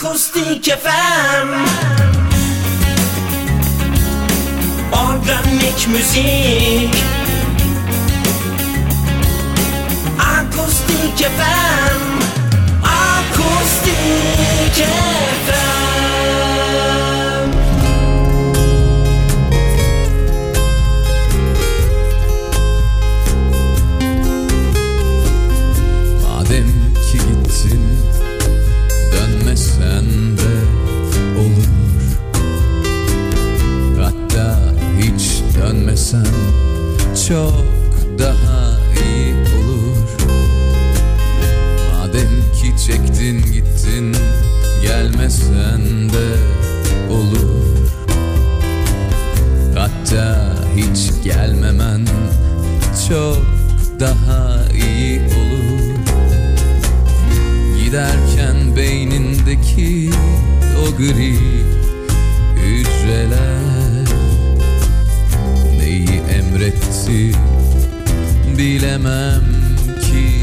Akustik FM, organik müzik. Akustik FM, Akustik FM. Madem ki gittin, dönmesen de olur. Hatta hiç dönmesen çok daha iyi olur. Madem ki çektin gittin, gelmesen de olur. Hatta hiç gelmemen çok daha iyi olur. Giderken beynindeki o gri hücreler neyi emretti bilemem ki.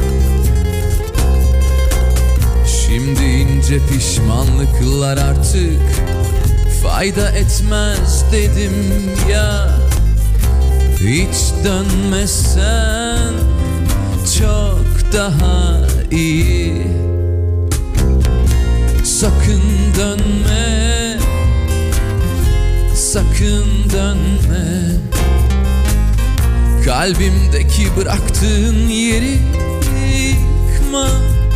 Şimdi ince pişmanlıklar artık fayda etmez dedim ya. Hiç dönmesen çok daha iyi. Sakın dönme, sakın dönme. Kalbimdeki bıraktığın yeri yıkma.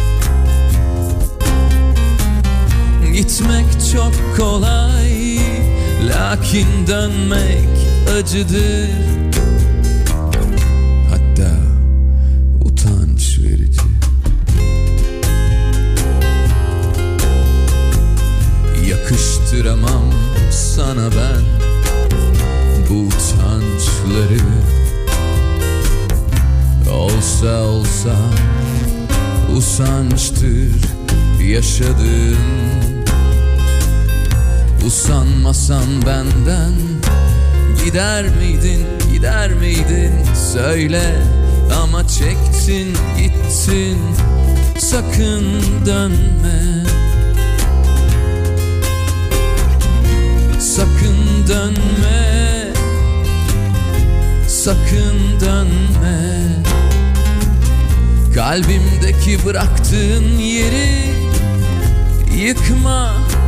Gitmek çok kolay, lakin dönmek acıdır. Hatta utanç verici. Yakıştıramam sana ben bu utançları. Olsa olsa usançtır yaşadığın. Usanmasan benden gider miydin, gider miydin söyle. Ama çektin gittin, sakın dönme. Sakın dönme, sakın dönme. Kalbimdeki bıraktığın yeri yıkma.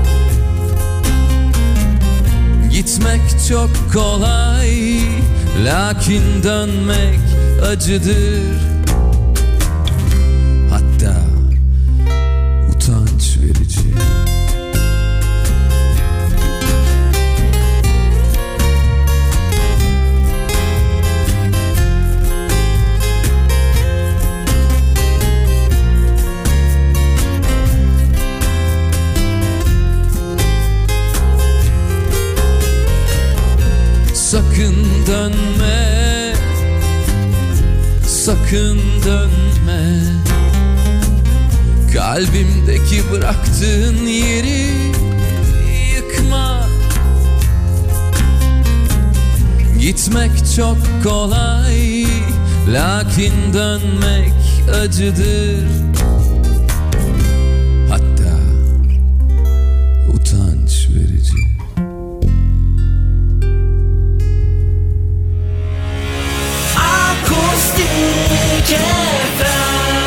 Gitmek çok kolay, lakin dönmek acıdır. Hatta utanç verici. Sakın dönme, sakın dönme. Kalbimdeki bıraktığın yeri yıkma. Gitmek çok kolay, lakin dönmek acıdır. Hatta utanç verici. Akustik FM.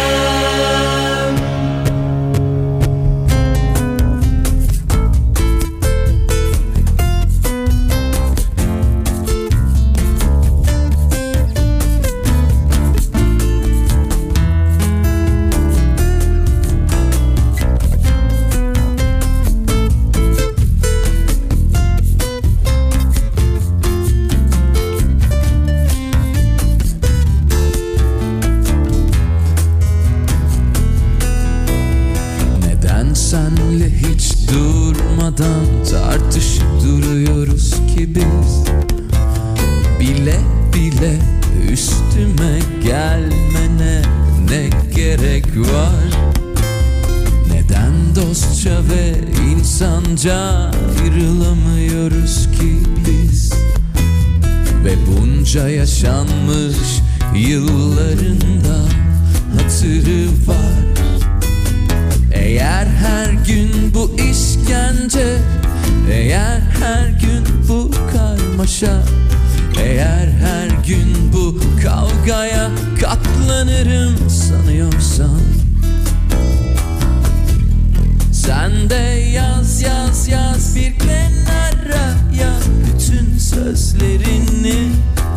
Senle hiç durmadan tartışıp duruyoruz ki biz. Bile bile üstüme gelmene ne gerek var? Neden dostça ve insanca ayrılamıyoruz ki biz? Ve bunca yaşanmış yıllarında hatırı var. Eğer her gün bu gün bu kavgaya katlanırım sanıyorsan, sen de yaz yaz yaz bir kenara, yaz bütün sözlerini.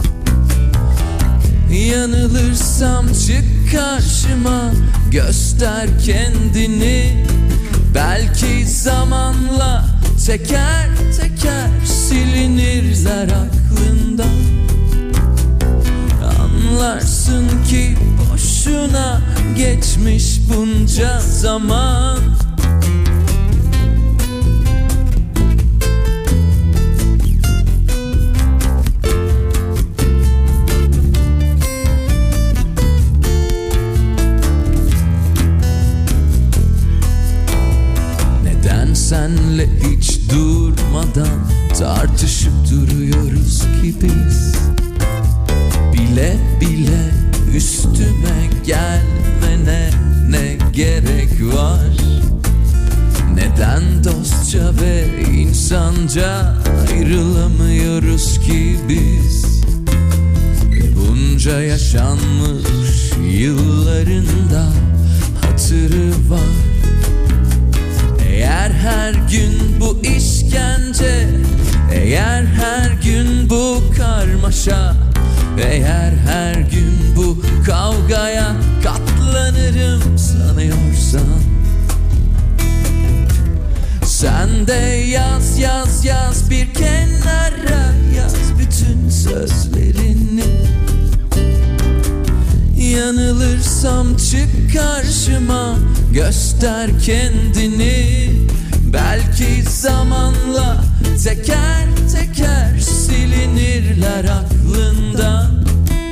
Yanılırsam çık karşıma, göster kendini. Belki zamanla teker teker silinirler aklından. Anlarsın ki boşuna geçmiş bunca zaman. Senle hiç durmadan tartışıp duruyoruz ki biz. Bile bile üstüme gelmene ne gerek var? Neden dostça ve insanca ayrılamıyoruz ki biz? Bunca yaşanmış yıllarında hatırı var. Eğer her gün bu işkence, eğer her gün bu karmaşa, eğer her gün bu kavgaya katlanırım sanıyorsan, sen de yaz yaz yaz bir kenara, yaz bütün sözlerini. Yanılırsam çık karşıma, göster kendini. Belki zamanla teker teker silinirler aklından.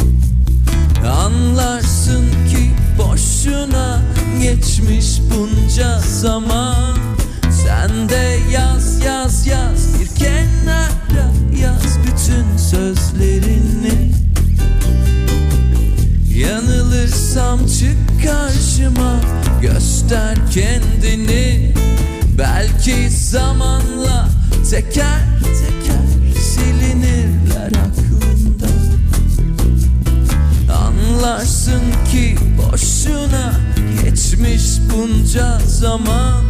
Anlarsın ki boşuna geçmiş bunca zaman. Sen de yaz yaz yaz bir kenara, yaz bütün sözlerini. Yanılırsam çık karşıma, göster kendini. Belki zamanla teker teker silinirler aklımdan. Anlarsın ki boşuna geçmiş bunca zaman.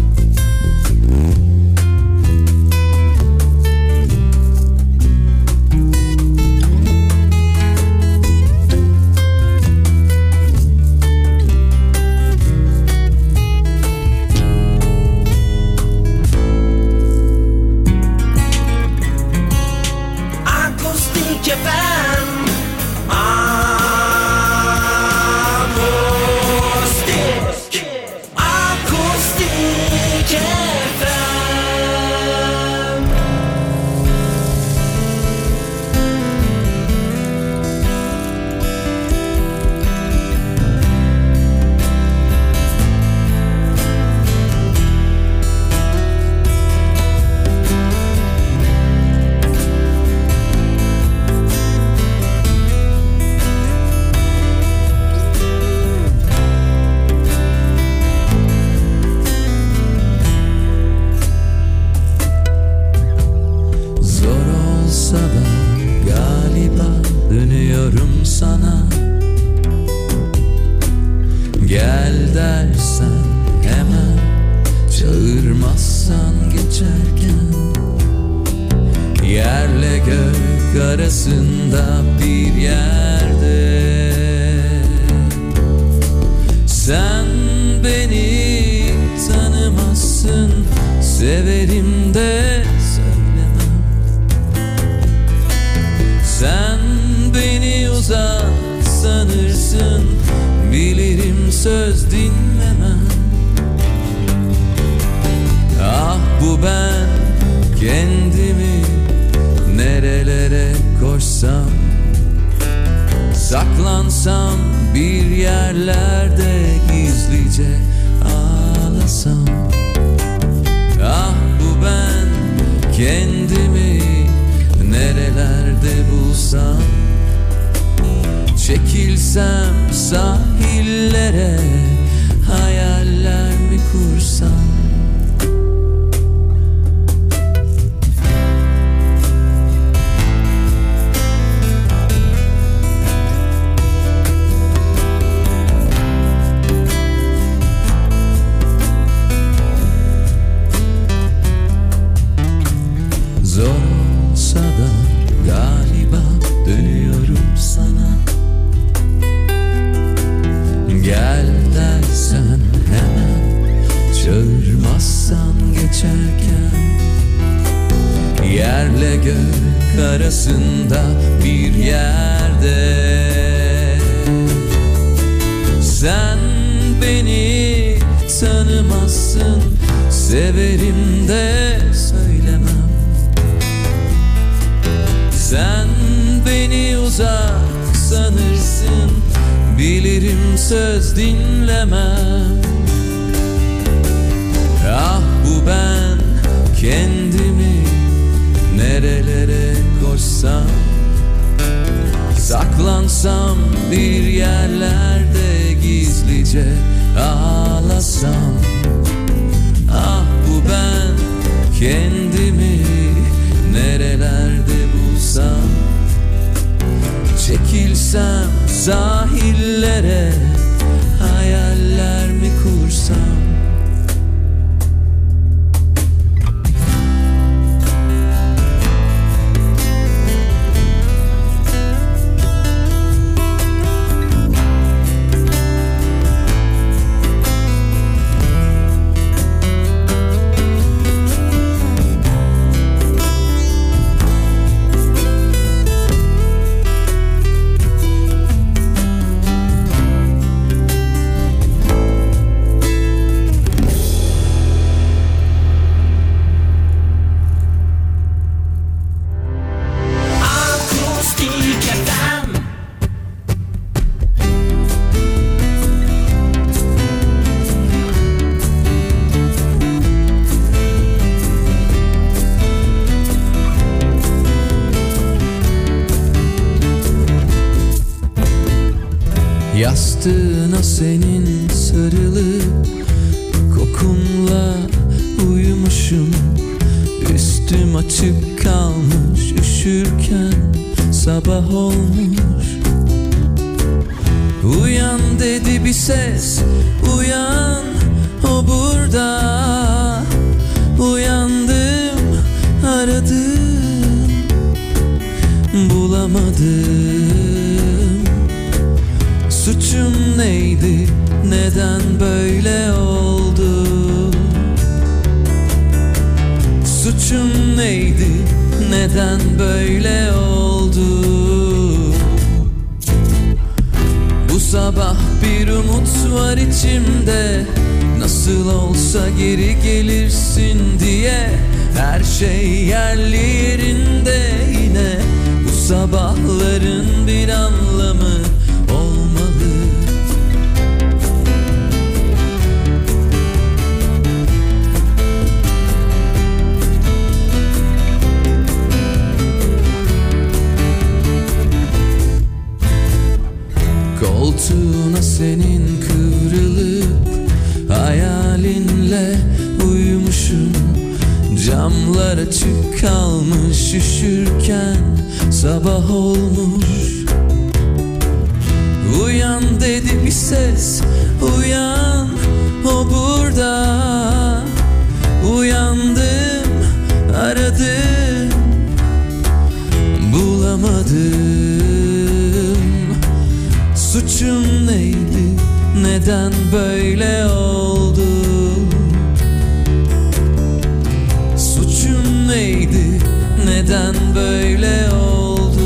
Arasında bir yerde sen beni tanımazsın, severim de söylemem. Sen beni uzak sanırsın, bilirim söz dinlemem. Ah bu ben kendimi nerelere koşsam, saklansam bir yerlerde gizlice ağlasam. Ah bu ben kendimi nerelerde bulsam, çekilsem sahillere hayaller mi kursam. tanımazsan geçerken, yerle gök arasında bir yerde. Sen beni tanımazsın, severim de söylemem. Sen beni uzak sanırsın, bilirim söz dinlemem. Ah bu ben, kendimi nerelere koşsam, saklansam bir yerlerde gizlice ağlasam. Ah bu ben, kendimi nerelerde bulsam, çekilsem sahillere, hayaller mi kursam. Yastığına senin sarılıp kokunla uyumuşum. Üstüm açık kalmış üşürken, sabah olmuş. Uyan dedi bir ses, uyan, o burada. Uyandım, aradım, bulamadım. Suçum neydi, neden böyle oldu? Suçum neydi, neden böyle oldu? Bu sabah bir umut var içimde, nasıl olsa geri gelirsin diye. Her şey yerli yerinde yine, bu sabahların bir anlamı olmalı. Koltuğuna senin kıvrılıp hayalinle uyumuşum. Camlar açık kalmış üşürken, sabah olmuş. Uyan dedi bir ses, uyan, o burada. Uyandım, aradım, bulamadım. Suçum neydi, neden böyle oldu? Suçum neydi, neden böyle oldu?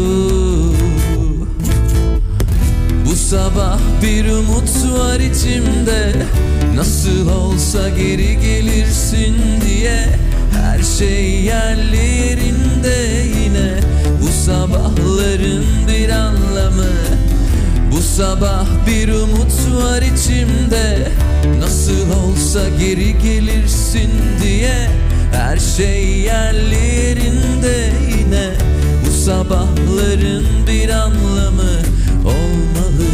Bu sabah bir umut var içimde, nasıl olsa geri gelirsin diye. Her şey yerli yerinde yine, bu sabahların bir anlamı. Bu sabah bir umut var içimde, nasıl olsa geri gelirsin diye. Her şey yerli yerinde yine, bu sabahların bir anlamı olmalı.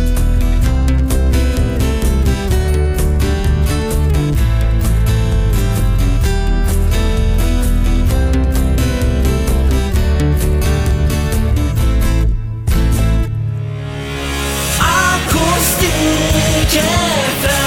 Akustik FM.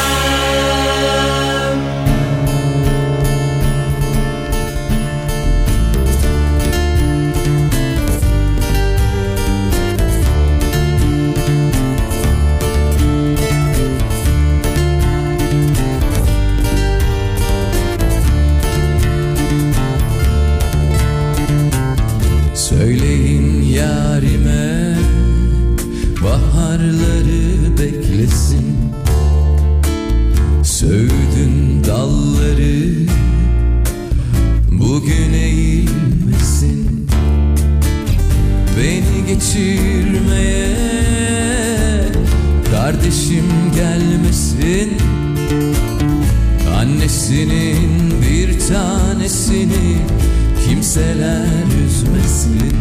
tanesini kimseler üzmesin.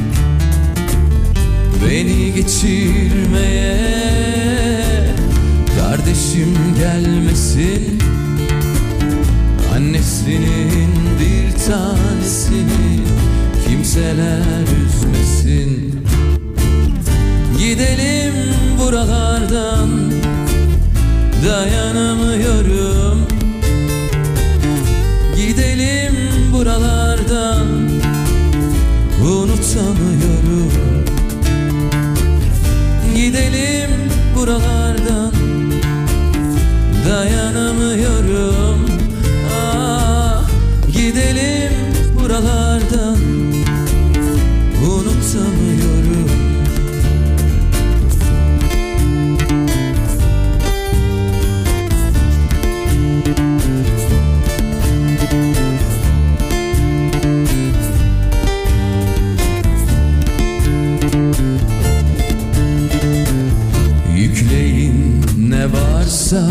Beni geçirmeye kardeşim gelmesin. Annesinin bir tanesini kimseler üzmesin. Gidelim buralardan, dayanamıyorum. Gidelim buralardan, unutamıyorum. Gidelim buralardan, dayanamıyorum. Ah, gidelim buralardan, unutamıyorum. Yükleyin ne varsa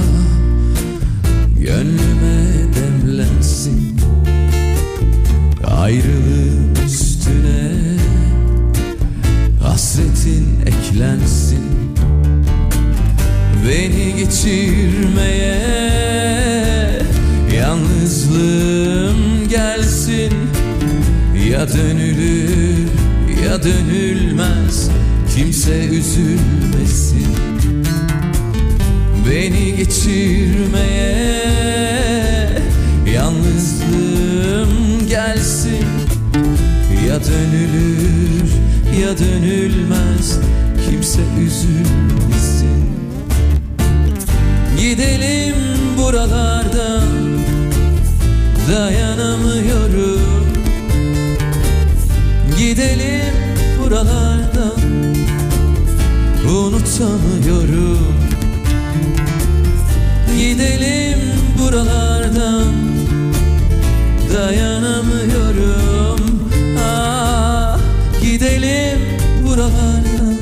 gönlüme demlensin. Ayrılık üstüne hasretin eklensin. Beni geçirmeye yalnızlığım gelsin. Ya dönülür ya dönülmez, kimse üzülmesin. Beni geçirmeye yalnızlığım gelsin. Ya dönülür ya dönülmez, kimse üzülmesin. Gidelim buralardan, dayanamıyorum. Gidelim buralardan, unutamıyorum. Gidelim buralardan, dayanamıyorum. Ah, gidelim buralardan,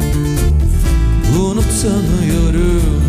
unutamıyorum.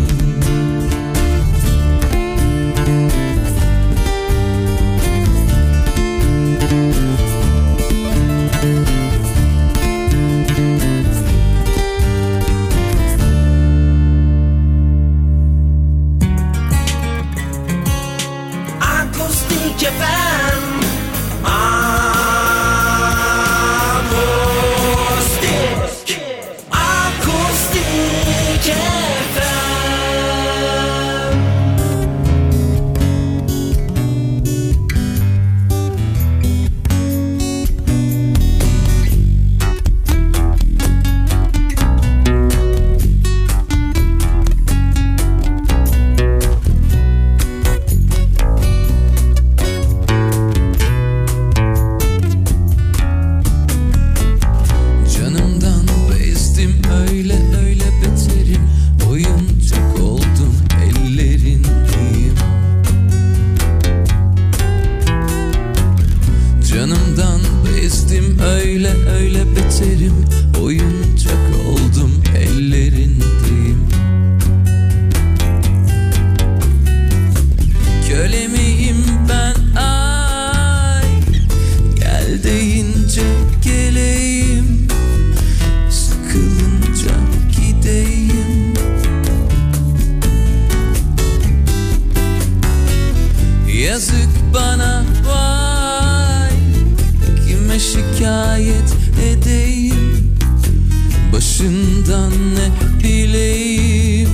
Yazık bana vay, kime şikayet edeyim, başından ne bileyim.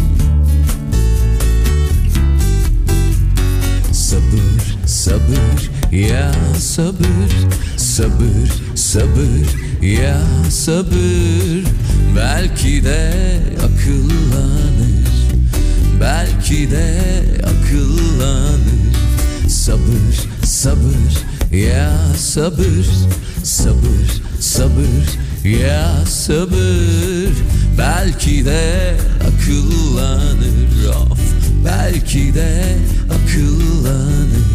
Sabır, sabır, ya sabır, sabır, sabır, ya sabır. Belki de akıllanır, belki de akıllanır. Sabır, sabır, ya sabır, sabır, sabır, ya sabır. Belki de akıllanır, of, belki de akıllanır.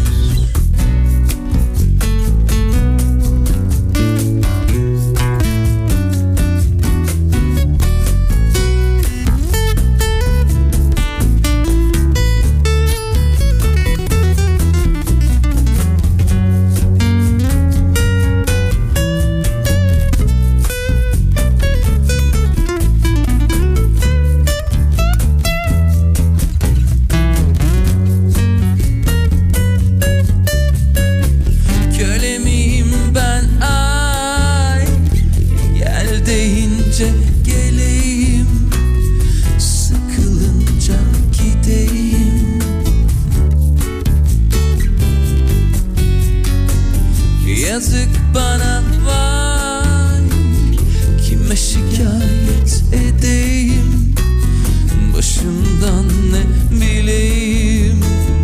yazık bana vay. Kime şikayet edeyim, başından ne bileyim.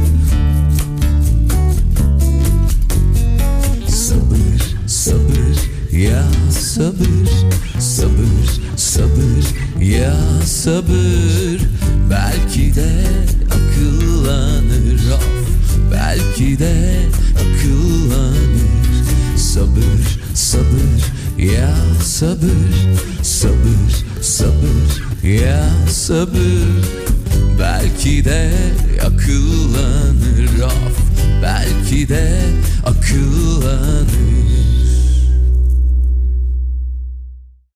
Sabır, sabır, ya sabır. Sabır, sabır, ya sabır. Belki de akıllanır, of, belki de akıllanır. Sabır, sabır, ya sabır. Sabır, sabır, ya sabır. Belki de akıllanır, of, belki de akıllanır.